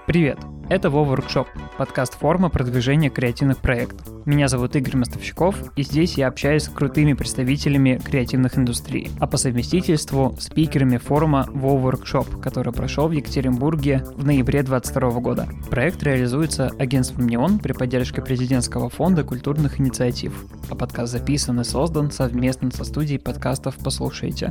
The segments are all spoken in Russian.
Привет! Это Вова Workshop, подкаст форума продвижения креативных проектов. Меня зовут Игорь Мостовщиков, и здесь я общаюсь с крутыми представителями креативных индустрий, а по совместительству спикерами форума Вова Workshop, который прошел в Екатеринбурге в ноябре 2022 года. Проект реализуется агентством «Неон» при поддержке президентского фонда культурных инициатив, а подкаст записан и создан совместно со студией подкастов «Послушайте».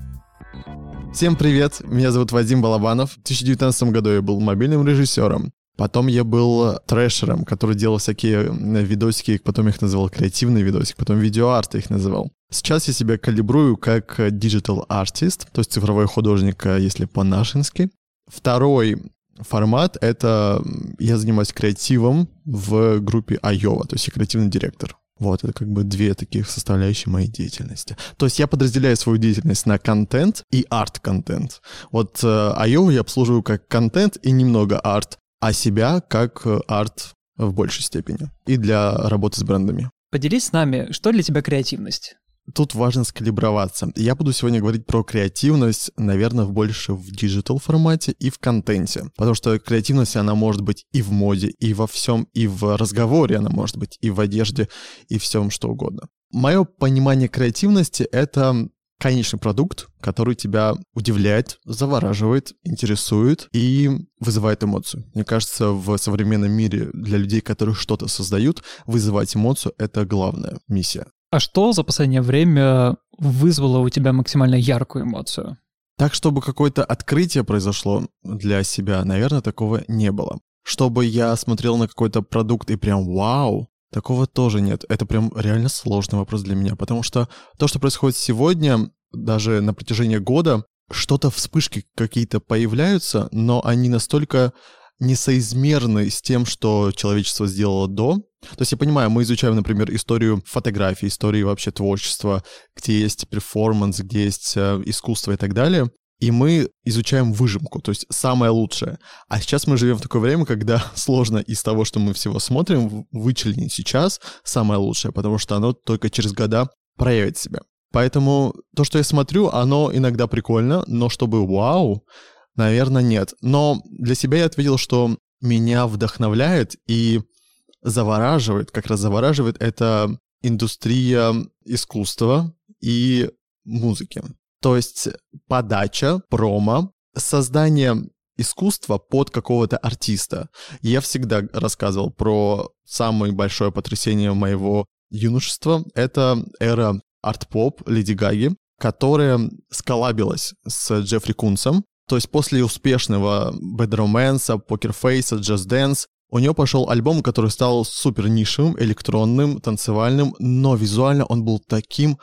Всем привет, меня зовут Вадим Балабанов. В 2019 году я был мобильным режиссером. Потом я был трэшером, который делал всякие видосики, потом их называл креативный видосик, потом видеоарт их называл. Сейчас я себя калибрую как digital artist, то есть цифровой художник, если по-нашенски. Второй формат — это я занимаюсь креативом в группе Айова, то есть я креативный директор. Вот, это как бы две таких составляющие моей деятельности. То есть я подразделяю свою деятельность на контент и арт-контент. Вот Айову я обслуживаю как контент и немного арт, а себя как арт в большей степени. И для работы с брендами. Поделись с нами, что для тебя креативность? Тут важно скалиброваться. Я буду сегодня говорить про креативность, наверное, больше в диджитал формате и в контенте. Потому что креативность, она может быть и в моде, и во всем, и в разговоре она может быть, и в одежде, и всем что угодно. Мое понимание креативности — это конечный продукт, который тебя удивляет, завораживает, интересует и вызывает эмоцию. Мне кажется, в современном мире для людей, которые что-то создают, вызывать эмоцию — это главная миссия. А что за последнее время вызвало у тебя максимально яркую эмоцию? Так, чтобы какое-то открытие произошло для себя, наверное, такого не было. Чтобы я смотрел на какой-то продукт и прям вау, такого тоже нет. Это прям реально сложный вопрос для меня, потому что то, что происходит сегодня, даже на протяжении года, что-то вспышки какие-то появляются, но они настолько несоизмерны с тем, что человечество сделало до. То есть я понимаю, мы изучаем, например, историю фотографии, историю вообще творчества, где есть перформанс, где есть искусство и так далее, и мы изучаем выжимку, то есть самое лучшее. А сейчас мы живем в такое время, когда сложно из того, что мы всего смотрим, вычленить сейчас самое лучшее, потому что оно только через года проявит себя. Поэтому то, что я смотрю, оно иногда прикольно, но чтобы вау, наверное, нет. Но для себя я ответил, что меня вдохновляет и завораживает, как раз завораживает, это индустрия искусства и музыки. То есть подача, промо, создание искусства под какого-то артиста. Я всегда рассказывал про самое большое потрясение моего юношества. Это эра арт-поп Леди Гаги, которая сколлабилась с Джеффри Кунсом. То есть после успешного Bad Romance, Poker Face, Just Dance у нее пошел альбом, который стал супер нишевым, электронным, танцевальным, но визуально он был таким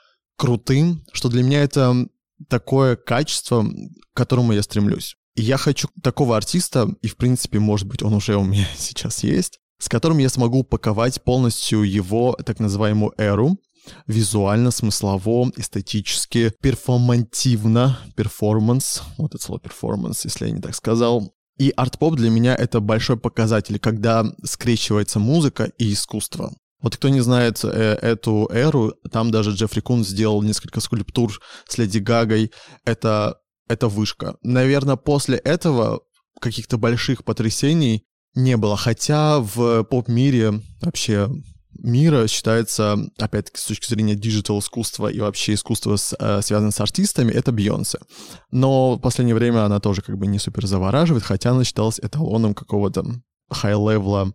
крутым, что для меня это такое качество, к которому я стремлюсь. И я хочу такого артиста, и в принципе, может быть, он уже у меня сейчас есть, с которым я смогу упаковать полностью его так называемую эру, визуально, смыслово, эстетически, перформативно, перформанс, вот это слово перформанс, если я не так сказал. И арт-поп для меня это большой показатель, когда скрещивается музыка и искусство. Вот кто не знает эту эру, там даже Джеффри Кунс сделал несколько скульптур с Леди Гагой, это вышка. Наверное, после этого каких-то больших потрясений не было, хотя в поп-мире вообще мира считается, опять-таки, с точки зрения диджитал-искусства и вообще искусства, связанного с артистами, это Бейонсе. Но в последнее время она тоже как бы не супер завораживает, хотя она считалась эталоном какого-то хай-левела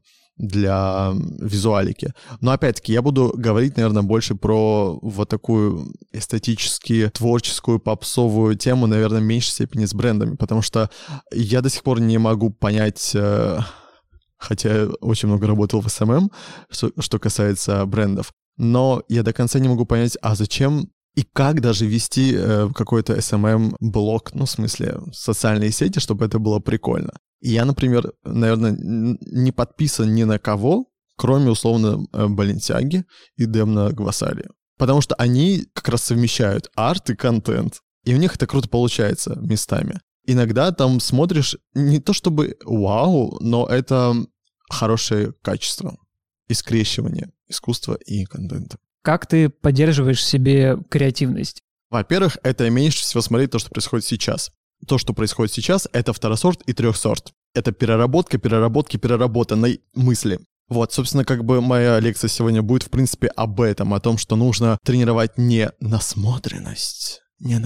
для визуалики. Но опять-таки я буду говорить, наверное, больше про вот такую эстетически творческую попсовую тему, наверное, в меньшей степени с брендами, потому что я до сих пор не могу понять... Хотя я очень много работал в SMM, что касается брендов. Но я до конца не могу понять, а зачем и как даже вести какой-то SMM-блог, ну, в смысле, социальные сети, чтобы это было прикольно. И я, например, наверное, не подписан ни на кого, кроме, условно, Balenciaga и Demna Gvasalia. Потому что они как раз совмещают арт и контент. И у них это круто получается местами. Иногда там смотришь, не то чтобы вау, но это хорошее качество и скрещивание искусства и контента. Как ты поддерживаешь в себе креативность? Во-первых, это меньше всего смотреть то, что происходит сейчас. То, что происходит сейчас, это второсорт и трехсорт. это переработка переработанной мысли. Вот, собственно, как бы моя лекция сегодня будет, в принципе, об этом, о том, что нужно тренировать не насмотренность.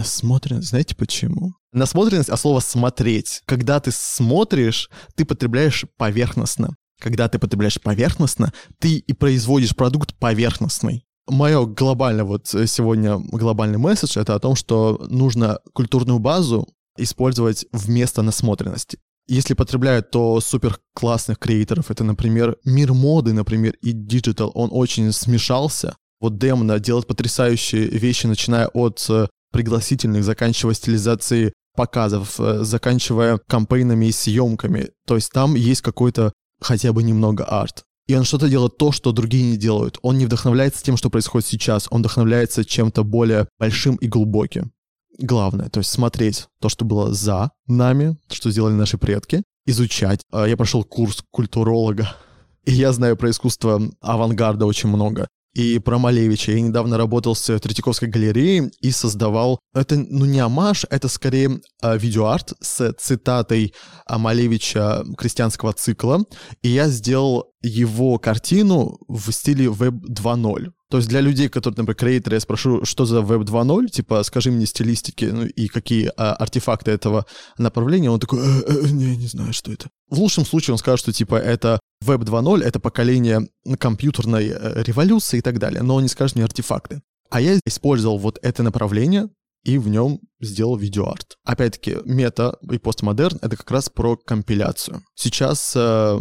Знаете почему? Насмотренность, а слово «смотреть». Когда ты смотришь, ты потребляешь поверхностно. Когда ты потребляешь поверхностно, ты и производишь продукт поверхностный. Мое глобальное сегодня глобальный месседж — это о том, что нужно культурную базу использовать вместо насмотренности. Если потребляют, то супер классных креаторов, это, например, мир моды, например, и диджитал, он очень смешался. Вот Демна делает потрясающие вещи, начиная от пригласительных, заканчивая стилизацией показов, заканчивая кампейнами и съемками. То есть там есть какой-то хотя бы немного арт. И он что-то делает то, что другие не делают. Он не вдохновляется тем, что происходит сейчас, он вдохновляется чем-то более большим и глубоким. Главное, то есть смотреть то, что было за нами, что сделали наши предки, изучать. Я прошел курс культуролога, и я знаю про искусство авангарда очень много. И про Малевича. Я недавно работал с Третьяковской галереей и создавал... Это, не омаж, это скорее видеоарт с цитатой Малевича крестьянского цикла. И я сделал его картину в стиле Web 2.0. То есть для людей, которые, например, креаторы, я спрошу, что за Web 2.0, типа, скажи мне стилистики, и какие артефакты этого направления, он такой, не знаю, что это. В лучшем случае он скажет, что, типа, это Web 2.0, это поколение компьютерной революции и так далее, но он не скажет мне артефакты. А я использовал вот это направление, и в нем сделал видеоарт. Опять-таки, мета и постмодерн — это как раз про компиляцию. Сейчас,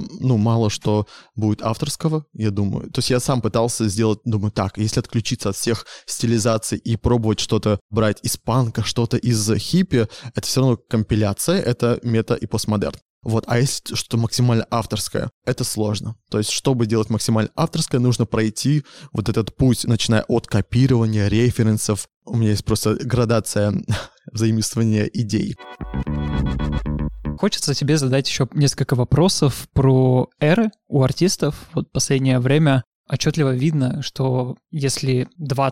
мало что будет авторского, я думаю. То есть я сам пытался сделать, думаю, так, если отключиться от всех стилизаций и пробовать что-то брать из панка, что-то из хиппи, это все равно компиляция, это мета и постмодерн. Вот, а если что-то максимально авторское, это сложно. То есть, чтобы делать максимально авторское, нужно пройти вот этот путь, начиная от копирования, референсов. У меня есть просто градация взаимствования идей. Хочется тебе задать еще несколько вопросов про эры у артистов. Вот последнее время отчетливо видно, что если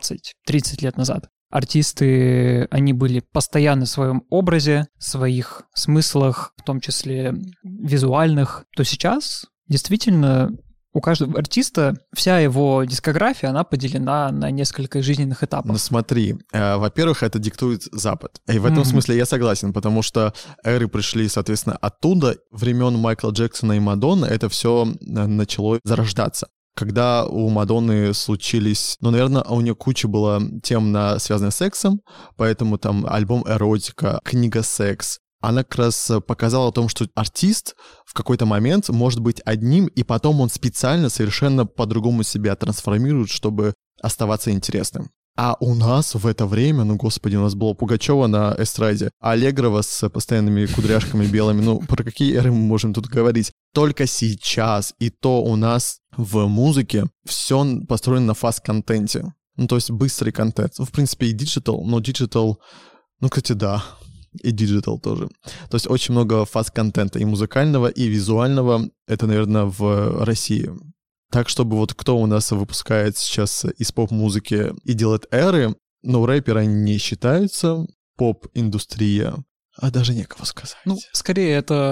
20-30 лет назад артисты, они были постоянно в своем образе, своих смыслах, в том числе визуальных, то сейчас действительно у каждого артиста вся его дискография, она поделена на несколько жизненных этапов. Ну смотри, во-первых, это диктует Запад. И в этом смысле я согласен, потому что эры пришли, соответственно, оттуда, времен Майкла Джексона и Мадонны, это все начало зарождаться. Когда у Мадонны случились... наверное, у нее куча было тем, связанных с сексом, поэтому там альбом «Эротика», книга «Секс». Она как раз показала о том, что артист в какой-то момент может быть одним, и потом он специально совершенно по-другому себя трансформирует, чтобы оставаться интересным. А у нас в это время, господи, у нас была Пугачева на эстраде, Аллегрова с постоянными кудряшками белыми. Про какие эры мы можем тут говорить? Только сейчас, и то у нас в музыке все построено на фаст-контенте. То есть быстрый контент. В принципе, и диджитал, но диджитал, кстати, да, и диджитал тоже. То есть очень много фаст-контента, и музыкального, и визуального. Это, наверное, в России. Так, чтобы кто у нас выпускает сейчас из поп-музыки и делает эры, рэперы не считаются, поп-индустрия, а даже некого сказать. Скорее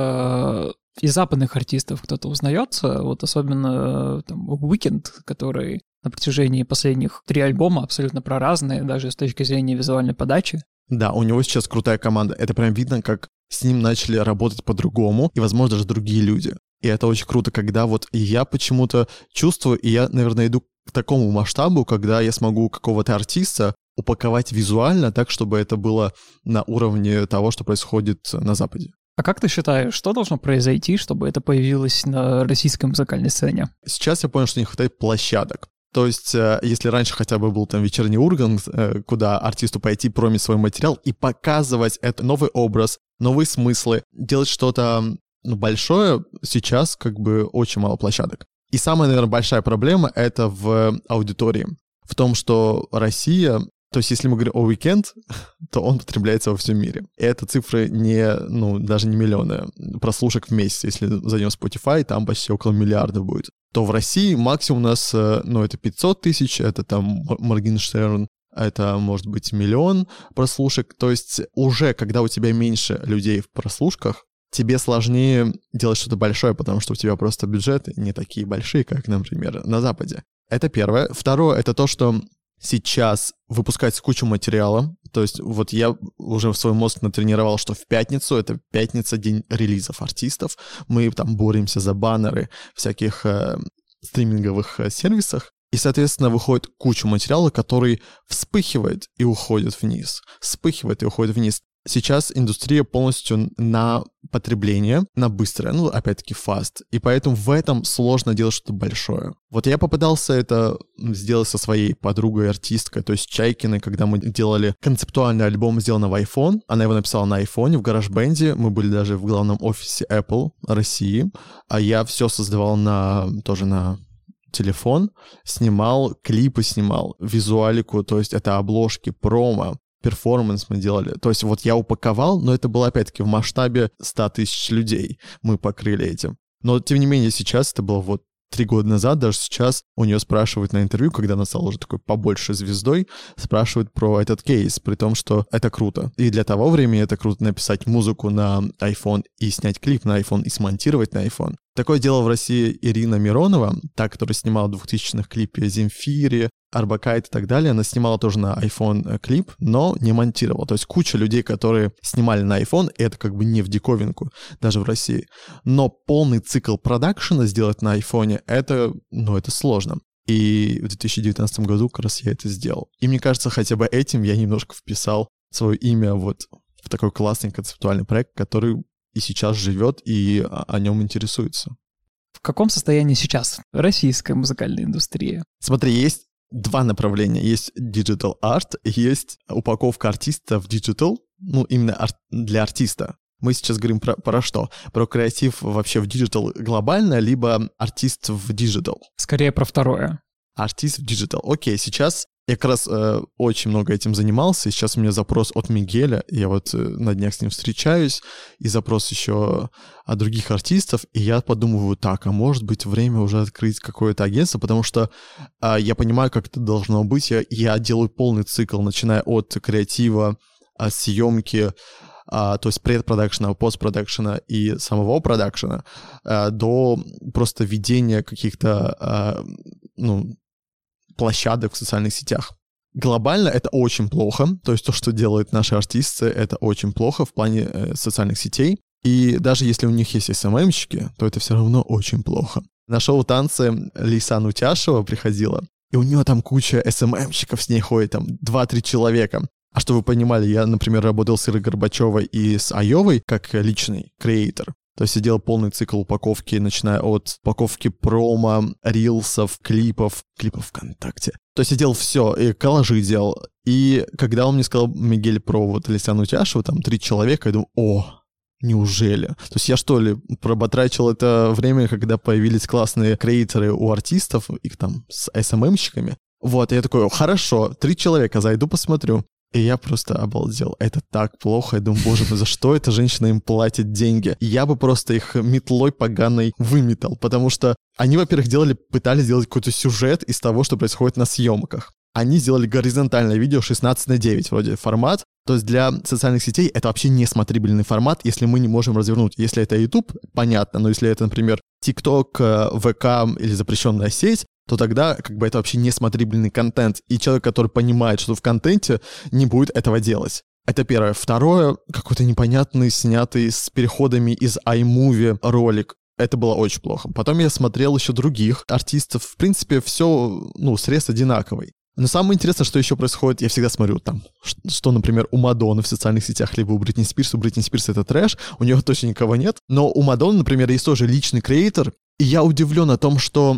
это из западных артистов кто-то узнается, особенно там Уикенд, который на протяжении последних 3 альбома абсолютно проразные, даже с точки зрения визуальной подачи. Да, у него сейчас крутая команда. Это прям видно, как с ним начали работать по-другому, и, возможно, даже другие люди. И это очень круто, когда я почему-то чувствую, и я, наверное, иду к такому масштабу, когда я смогу какого-то артиста упаковать визуально так, чтобы это было на уровне того, что происходит на Западе. А как ты считаешь, что должно произойти, чтобы это появилось на российской музыкальной сцене? Сейчас я понял, что не хватает площадок. То есть, если раньше хотя бы был там вечерний Ургант, куда артисту пойти, промить свой материал и показывать это новый образ, новые смыслы, делать что-то большое, сейчас очень мало площадок. И самая, наверное, большая проблема — это в аудитории. В том, что Россия... То есть, если мы говорим о Weeknd, то он потребляется во всем мире. И это цифры даже не миллионы прослушек в месяц. Если зайдем в Spotify, там почти около миллиарда будет. То в России максимум у нас, это 500 тысяч, это там Моргенштерн, это может быть 1 миллион прослушек. То есть уже, когда у тебя меньше людей в прослушках, тебе сложнее делать что-то большое, потому что у тебя просто бюджеты не такие большие, как, например, на Западе. Это первое. Второе — это то, что сейчас выпускать кучу материала. То есть вот я уже в свой мозг натренировал, что в пятницу, это пятница, день релизов артистов, мы там боремся за баннеры в всяких стриминговых сервисах, и, соответственно, выходит куча материала, который вспыхивает и уходит вниз. Вспыхивает и уходит вниз. Сейчас индустрия полностью на потребление, на быстрое, ну, опять-таки, fast. И поэтому в этом сложно делать что-то большое. Вот я попытался это сделать со своей подругой-артисткой, то есть Чайкиной, когда мы делали концептуальный альбом, сделанный в iPhone. Она его написала на iPhone, в GarageBand. Мы были даже в главном офисе Apple России. А я все создавал тоже на телефон, снимал, клипы снимал, визуалику, то есть это обложки, промо, перформанс мы делали. То есть вот я упаковал, но это было опять-таки в масштабе 100 тысяч людей мы покрыли этим. Но тем не менее сейчас, это было вот 3 года назад, даже сейчас у нее спрашивают на интервью, когда она стала уже такой побольше звездой, спрашивают про этот кейс, при том, что это круто. И для того времени это круто написать музыку на iPhone и снять клип на iPhone и смонтировать на iPhone. Такое дело в России Ирина Миронова, та, которая снимала в 2000-х клипе «Земфире», «Арбакайт» и так далее. Она снимала тоже на iPhone клип, но не монтировала. То есть куча людей, которые снимали на iPhone, это как бы не в диковинку, даже в России. Но полный цикл продакшена сделать на iPhone, это сложно. И в 2019 году как раз я это сделал. И мне кажется, хотя бы этим я немножко вписал свое имя вот в такой классный концептуальный проект, который и сейчас живет, и о нем интересуется. В каком состоянии сейчас российская музыкальная индустрия? Смотри, есть 2 направления. Есть digital art, есть упаковка артиста в digital, именно для артиста. Мы сейчас говорим про что? Про креатив вообще в digital глобально, либо артист в digital? Скорее про второе. Артист в digital. Окей, сейчас я как раз очень много этим занимался, и сейчас у меня запрос от Мигеля, я вот на днях с ним встречаюсь, и запрос еще от других артистов, и я подумываю, так, а может быть время уже открыть какое-то агентство, потому что я понимаю, как это должно быть, я делаю полный цикл, начиная от креатива, съемки, то есть предпродакшена, постпродакшена и самого продакшена, до просто ведения каких-то, площадок в социальных сетях. Глобально это очень плохо, то есть то, что делают наши артисты, это очень плохо в плане социальных сетей, и даже если у них есть SMM-щики, то это все равно очень плохо. На шоу «Танцы» Лейсан Утяшева приходила, и у нее там куча SMM-щиков с ней ходит, там 2-3 человека. А что вы понимали, я, например, работал с Ирой Горбачевой и с Айовой как личный креатор. То есть я делал полный цикл упаковки, начиная от упаковки промо, рилсов, клипов ВКонтакте. То есть я делал все, и коллажи делал. И когда он мне сказал, Мигель, про вот Лейсан Утяшеву, там 3 человека, я думаю, неужели? То есть я что ли проботрачил это время, когда появились классные креаторы у артистов, их там с SMM-щиками. Вот, и я такой, хорошо, 3 человека, зайду посмотрю. И я просто обалдел. Это так плохо. Я думаю, боже мой, за что эта женщина им платит деньги? Я бы просто их метлой поганой выметал, потому что они, во-первых, пытались сделать какой-то сюжет из того, что происходит на съемках. Они сделали горизонтальное видео 16:9 вроде формат. То есть для социальных сетей это вообще не смотрибельный формат, если мы не можем развернуть. Если это YouTube, понятно, но если это, например, TikTok, ВК или запрещенная сеть, то тогда как бы это вообще не смотрибельный контент. И человек, который понимает, что в контенте, не будет этого делать. Это первое. Второе, какой-то непонятный, снятый с переходами из iMovie ролик. Это было очень плохо. Потом я смотрел еще других артистов. В принципе, все, срез одинаковый. Но самое интересное, что еще происходит, я всегда смотрю там, что, например, у Мадонны в социальных сетях, либо у Бритни Спирс. У Бритни Спирс это трэш, у нее точно никого нет. Но у Мадонны, например, есть тоже личный креатор. И я удивлен о том, что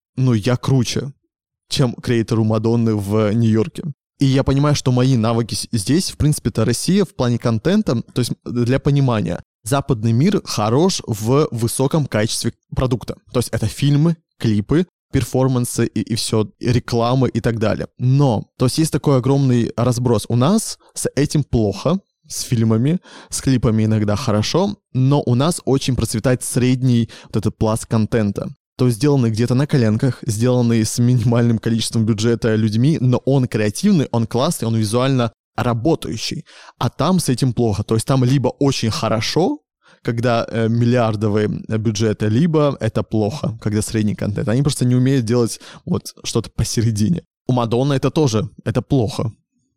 я круче, чем креатор у Мадонны в Нью-Йорке. И я понимаю, что мои навыки здесь, в принципе, это Россия в плане контента, то есть для понимания. Западный мир хорош в высоком качестве продукта. То есть это фильмы, клипы, перформансы и все, рекламы и так далее. Но, то есть такой огромный разброс. У нас с этим плохо, с фильмами, с клипами иногда хорошо, но у нас очень процветает средний вот этот пласт контента. То есть сделанный где-то на коленках, сделанный с минимальным количеством бюджета людьми, но он креативный, он классный, он визуально работающий. А там с этим плохо. То есть там либо очень хорошо, когда миллиардовые бюджеты, либо это плохо, когда средний контент. Они просто не умеют делать вот что-то посередине. У Мадонны это тоже, это плохо.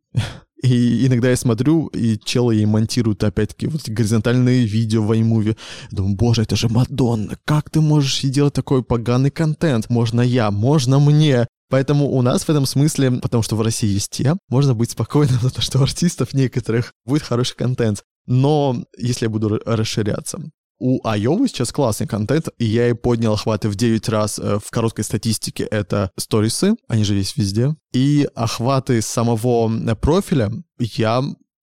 И иногда я смотрю, и челы ей монтируют, опять-таки, вот эти горизонтальные видео в iMovie. Думаю, боже, это же Мадонна, как ты можешь ей делать такой поганый контент? Можно я, можно мне. Поэтому у нас в этом смысле, потому что в России есть я, можно быть спокойным за то, что у артистов некоторых будет хороший контент. Но если я буду расширяться... У Айовы сейчас классный контент, и я ей поднял охваты в 9 раз в короткой статистике. Это сторисы, они же есть везде. И охваты самого профиля я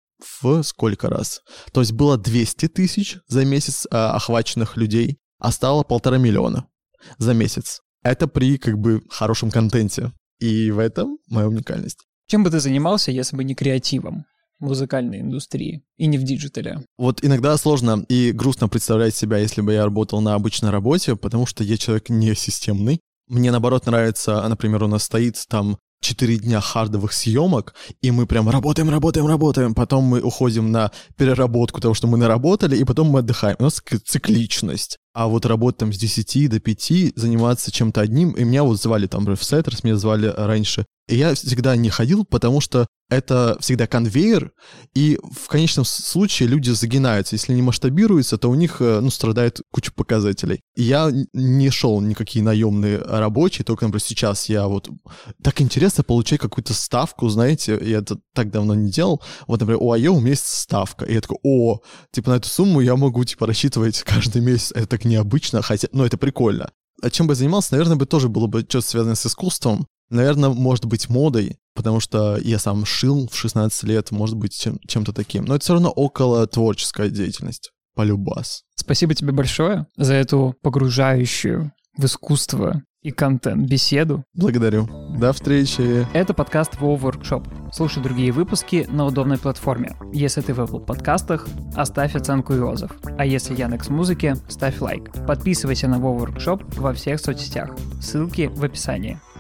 в сколько раз? То есть было 200 тысяч за месяц охваченных людей, а стало 1,5 миллиона за месяц. Это при как бы хорошем контенте. И в этом моя уникальность. Чем бы ты занимался, если бы не креативом в музыкальной индустрии и не в диджитале? Вот иногда сложно и грустно представлять себя, если бы я работал на обычной работе, потому что я человек не системный. Мне, наоборот, нравится, например, у нас стоит там 4 дня хардовых съемок, и мы прям работаем, потом мы уходим на переработку того, что мы наработали, и потом мы отдыхаем. У нас цикличность. А вот работать там с 10 до 5, заниматься чем-то одним, и меня вот звали там в Сеттерс, меня звали раньше, и я всегда не ходил, потому что это всегда конвейер, и в конечном случае люди загинаются. Если не масштабируются, то у них, страдает куча показателей. И я не шел никакие наемные рабочие, только, например, сейчас я вот... Так интересно получать какую-то ставку, знаете, я это так давно не делал. Вот, например, у Айо у меня есть ставка, и я такой, на эту сумму я могу, рассчитывать каждый месяц. Это так необычно, хотя, это прикольно. А чем бы я занимался, наверное, тоже было бы что-то связанное с искусством. Наверное, может быть, модой, потому что я сам шил в 16 лет, может быть, чем-то таким. Но это все равно около творческая деятельность. Полюбас. Спасибо тебе большое за эту погружающую в искусство и контент беседу. Благодарю. До встречи. Это подкаст WoW Workshop. Слушай другие выпуски на удобной платформе. Если ты в Apple подкастах, оставь оценку и отзыв. А если Яндекс.Музыке, ставь лайк. Подписывайся на WoW Workshop во всех соцсетях. Ссылки в описании.